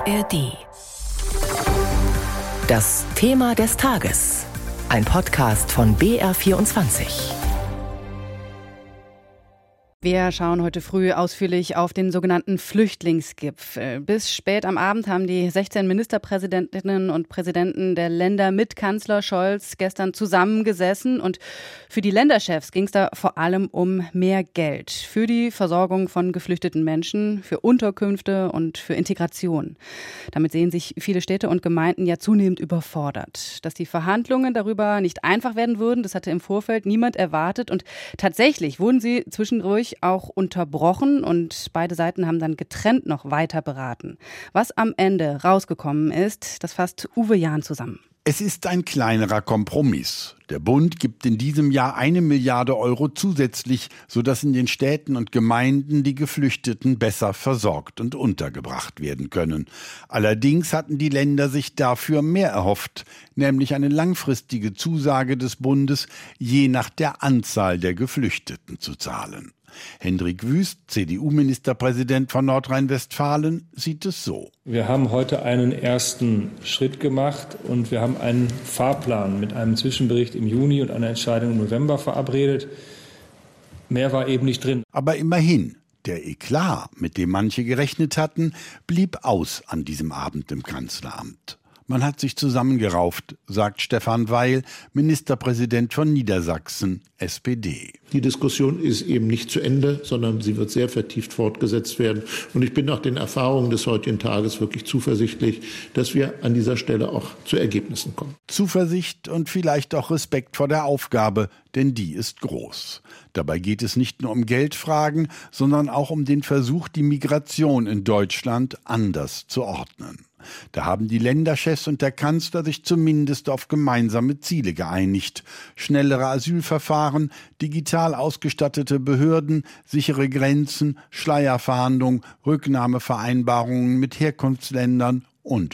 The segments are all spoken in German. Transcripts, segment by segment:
ARD. Das Thema des Tages. Ein Podcast von BR24. Wir schauen heute früh ausführlich auf den sogenannten Flüchtlingsgipfel. Bis spät am Abend haben die 16 Ministerpräsidentinnen und Präsidenten der Länder mit Kanzler Scholz gestern zusammengesessen. Und für die Länderchefs ging es da vor allem um mehr Geld für die Versorgung von geflüchteten Menschen, für Unterkünfte und für Integration. Damit sehen sich viele Städte und Gemeinden ja zunehmend überfordert. Dass die Verhandlungen darüber nicht einfach werden würden, das hatte im Vorfeld niemand erwartet. Und tatsächlich wurden sie zwischendurch auch unterbrochen und beide Seiten haben dann getrennt noch weiter beraten. Was am Ende rausgekommen ist, das fasst Uwe Jahn zusammen. Es ist ein kleinerer Kompromiss. Der Bund gibt in diesem Jahr 1 Milliarde Euro zusätzlich, sodass in den Städten und Gemeinden die Geflüchteten besser versorgt und untergebracht werden können. Allerdings hatten die Länder sich dafür mehr erhofft, nämlich eine langfristige Zusage des Bundes, je nach der Anzahl der Geflüchteten zu zahlen. Hendrik Wüst, CDU-Ministerpräsident von Nordrhein-Westfalen, sieht es so. Wir haben heute einen ersten Schritt gemacht und wir haben einen Fahrplan mit einem Zwischenbericht im Juni und einer Entscheidung im November verabredet. Mehr war eben nicht drin. Aber immerhin, der Eklat, mit dem manche gerechnet hatten, blieb aus an diesem Abend im Kanzleramt. Man hat sich zusammengerauft, sagt Stefan Weil, Ministerpräsident von Niedersachsen, SPD. Die Diskussion ist eben nicht zu Ende, sondern sie wird sehr vertieft fortgesetzt werden. Und ich bin nach den Erfahrungen des heutigen Tages wirklich zuversichtlich, dass wir an dieser Stelle auch zu Ergebnissen kommen. Zuversicht und vielleicht auch Respekt vor der Aufgabe, denn die ist groß. Dabei geht es nicht nur um Geldfragen, sondern auch um den Versuch, die Migration in Deutschland anders zu ordnen. Da haben die Länderchefs und der Kanzler sich zumindest auf gemeinsame Ziele geeinigt. Schnellere Asylverfahren, digital ausgestattete Behörden, sichere Grenzen, Schleierfahndung, Rücknahmevereinbarungen mit Herkunftsländern und.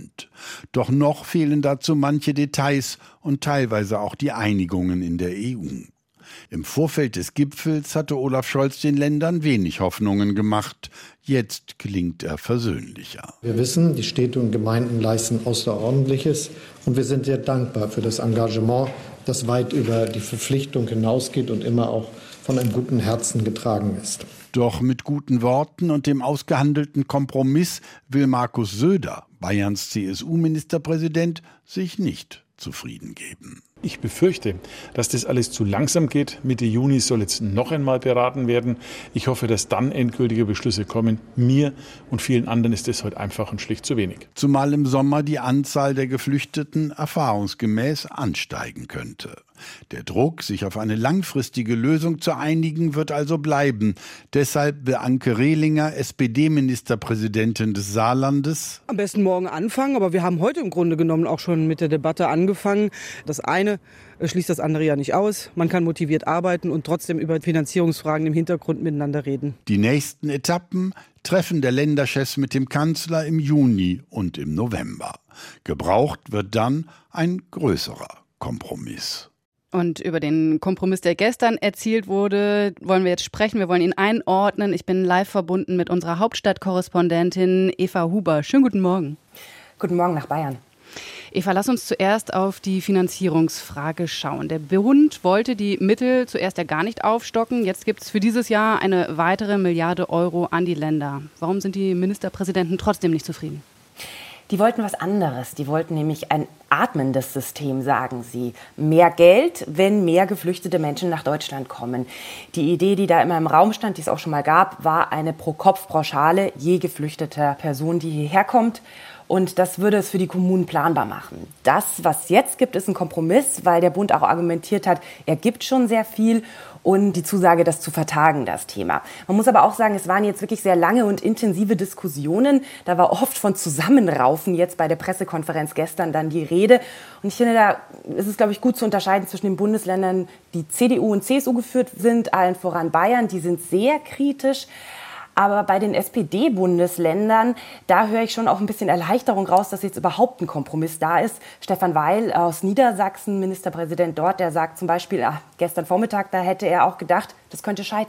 Doch noch fehlen dazu manche Details und teilweise auch die Einigungen in der EU. Im Vorfeld des Gipfels hatte Olaf Scholz den Ländern wenig Hoffnungen gemacht. Jetzt klingt er versöhnlicher. Wir wissen, die Städte und Gemeinden leisten Außerordentliches und wir sind sehr dankbar für das Engagement, das weit über die Verpflichtung hinausgeht und immer auch von einem guten Herzen getragen ist. Doch mit guten Worten und dem ausgehandelten Kompromiss will Markus Söder, Bayerns CSU-Ministerpräsident, sich nicht zufrieden geben. Ich befürchte, dass das alles zu langsam geht. Mitte Juni soll jetzt noch einmal beraten werden. Ich hoffe, dass dann endgültige Beschlüsse kommen. Mir und vielen anderen ist das heute einfach und schlicht zu wenig. Zumal im Sommer die Anzahl der Geflüchteten erfahrungsgemäß ansteigen könnte. Der Druck, sich auf eine langfristige Lösung zu einigen, wird also bleiben. Deshalb will Anke Rehlinger, SPD-Ministerpräsidentin des Saarlandes, am besten morgen anfangen, aber wir haben heute im Grunde genommen auch schon mit der Debatte angefangen. Das eine schließt das andere ja nicht aus. Man kann motiviert arbeiten und trotzdem über Finanzierungsfragen im Hintergrund miteinander reden. Die nächsten Etappen: Treffen der Länderchefs mit dem Kanzler im Juni und im November. Gebraucht wird dann ein größerer Kompromiss. Und über den Kompromiss, der gestern erzielt wurde, wollen wir jetzt sprechen. Wir wollen ihn einordnen. Ich bin live verbunden mit unserer Hauptstadtkorrespondentin Eva Huber. Schönen guten Morgen. Guten Morgen nach Bayern. Eva, lass uns zuerst auf die Finanzierungsfrage schauen. Der Bund wollte die Mittel zuerst ja gar nicht aufstocken. Jetzt gibt es für dieses Jahr eine weitere Milliarde Euro an die Länder. Warum sind die Ministerpräsidenten trotzdem nicht zufrieden? Die wollten was anderes. Die wollten nämlich ein atmendes System, sagen sie. Mehr Geld, wenn mehr geflüchtete Menschen nach Deutschland kommen. Die Idee, die da immer im Raum stand, die es auch schon mal gab, war eine Pro-Kopf-Pauschale je geflüchteter Person, die hierher kommt. Und das würde es für die Kommunen planbar machen. Das, was jetzt gibt, ist ein Kompromiss, weil der Bund auch argumentiert hat, er gibt schon sehr viel und die Zusage, das zu vertagen, das Thema. Man muss aber auch sagen, es waren jetzt wirklich sehr lange und intensive Diskussionen. Da war oft von Zusammenraufen jetzt bei der Pressekonferenz gestern dann die Rede. Und ich finde, da ist es, glaube ich, gut zu unterscheiden zwischen den Bundesländern, die CDU und CSU geführt sind, allen voran Bayern. Die sind sehr kritisch. Aber bei den SPD-Bundesländern, da höre ich schon auch ein bisschen Erleichterung raus, dass jetzt überhaupt ein Kompromiss da ist. Stefan Weil aus Niedersachsen, Ministerpräsident dort, der sagt zum Beispiel, gestern Vormittag, da hätte er auch gedacht, das könnte scheitern.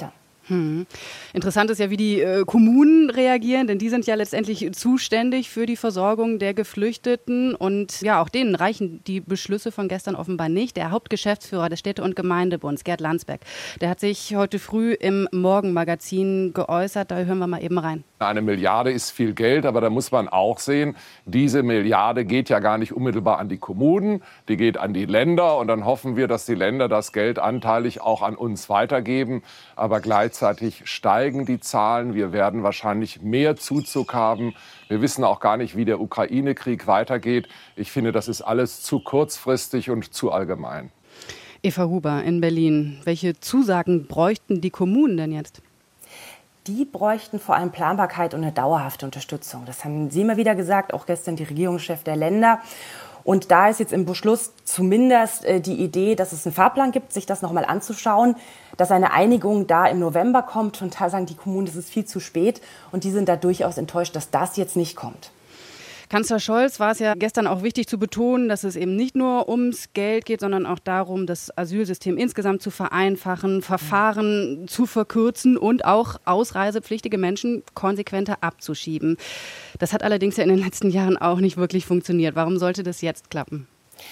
Interessant ist ja, wie die Kommunen reagieren, denn die sind ja letztendlich zuständig für die Versorgung der Geflüchteten. Und ja, auch denen reichen die Beschlüsse von gestern offenbar nicht. Der Hauptgeschäftsführer des Städte- und Gemeindebunds, Gerd Landsberg, der hat sich heute früh im Morgenmagazin geäußert. Da hören wir mal eben rein. 1 Milliarde ist viel Geld, aber da muss man auch sehen, diese Milliarde geht ja gar nicht unmittelbar an die Kommunen, die geht an die Länder. Und dann hoffen wir, dass die Länder das Geld anteilig auch an uns weitergeben. Aber gleichzeitig steigen die Zahlen. Wir werden wahrscheinlich mehr Zuzug haben. Wir wissen auch gar nicht, wie der Ukraine-Krieg weitergeht. Ich finde, das ist alles zu kurzfristig und zu allgemein. Eva Huber in Berlin. Welche Zusagen bräuchten die Kommunen denn jetzt? Die bräuchten vor allem Planbarkeit und eine dauerhafte Unterstützung. Das haben Sie immer wieder gesagt, auch gestern die Regierungschefs der Länder. Und da ist jetzt im Beschluss zumindest die Idee, dass es einen Fahrplan gibt, sich das nochmal anzuschauen, dass eine Einigung da im November kommt. Und da sagen die Kommunen, das ist viel zu spät. Und die sind da durchaus enttäuscht, dass das jetzt nicht kommt. Kanzler Scholz war es ja gestern auch wichtig zu betonen, dass es eben nicht nur ums Geld geht, sondern auch darum, das Asylsystem insgesamt zu vereinfachen, Verfahren zu verkürzen und auch ausreisepflichtige Menschen konsequenter abzuschieben. Das hat allerdings ja in den letzten Jahren auch nicht wirklich funktioniert. Warum sollte das jetzt klappen?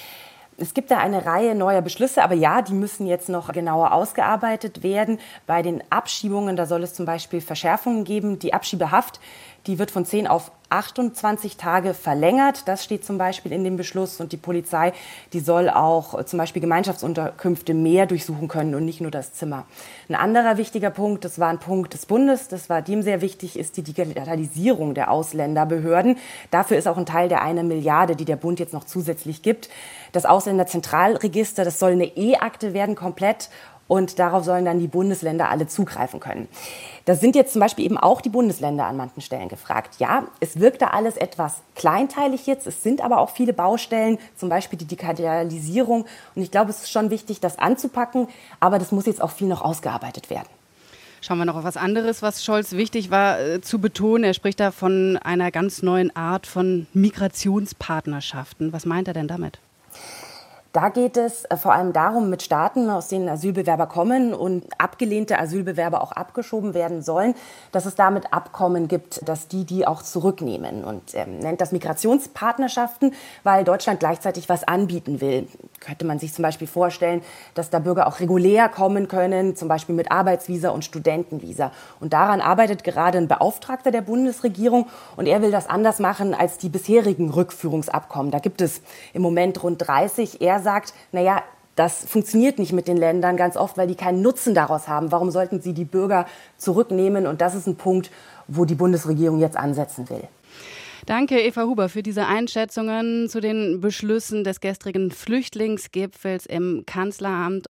Es gibt da eine Reihe neuer Beschlüsse, aber ja, die müssen jetzt noch genauer ausgearbeitet werden. Bei den Abschiebungen, da soll es zum Beispiel Verschärfungen geben. Die Abschiebehaft, die wird von 10 auf 28 Tage verlängert. Das steht zum Beispiel in dem Beschluss. Und die Polizei, die soll auch zum Beispiel Gemeinschaftsunterkünfte mehr durchsuchen können und nicht nur das Zimmer. Ein anderer wichtiger Punkt, das war ein Punkt des Bundes, das war dem sehr wichtig, ist die Digitalisierung der Ausländerbehörden. Dafür ist auch ein Teil der 1 Milliarde, die der Bund jetzt noch zusätzlich gibt. Das Ausländerzentralregister, das soll eine E-Akte werden komplett. Und darauf sollen dann die Bundesländer alle zugreifen können. Da sind jetzt zum Beispiel eben auch die Bundesländer an manchen Stellen gefragt. Ja, es wirkt da alles etwas kleinteilig jetzt. Es sind aber auch viele Baustellen, zum Beispiel die Digitalisierung. Und ich glaube, es ist schon wichtig, das anzupacken. Aber das muss jetzt auch viel noch ausgearbeitet werden. Schauen wir noch auf was anderes, was Scholz wichtig war zu betonen. Er spricht da von einer ganz neuen Art von Migrationspartnerschaften. Was meint er denn damit? Da geht es vor allem darum, mit Staaten, aus denen Asylbewerber kommen und abgelehnte Asylbewerber auch abgeschoben werden sollen, dass es damit Abkommen gibt, dass die auch zurücknehmen. Und nennt das Migrationspartnerschaften, weil Deutschland gleichzeitig was anbieten will. Könnte man sich zum Beispiel vorstellen, dass da Bürger auch regulär kommen können, zum Beispiel mit Arbeitsvisa und Studentenvisa. Und daran arbeitet gerade ein Beauftragter der Bundesregierung. Und er will das anders machen als die bisherigen Rückführungsabkommen. Da gibt es im Moment rund 30. Er sagt, naja, das funktioniert nicht mit den Ländern ganz oft, weil die keinen Nutzen daraus haben. Warum sollten sie die Bürger zurücknehmen? Und das ist ein Punkt, wo die Bundesregierung jetzt ansetzen will. Danke, Eva Huber, für diese Einschätzungen zu den Beschlüssen des gestrigen Flüchtlingsgipfels im Kanzleramt.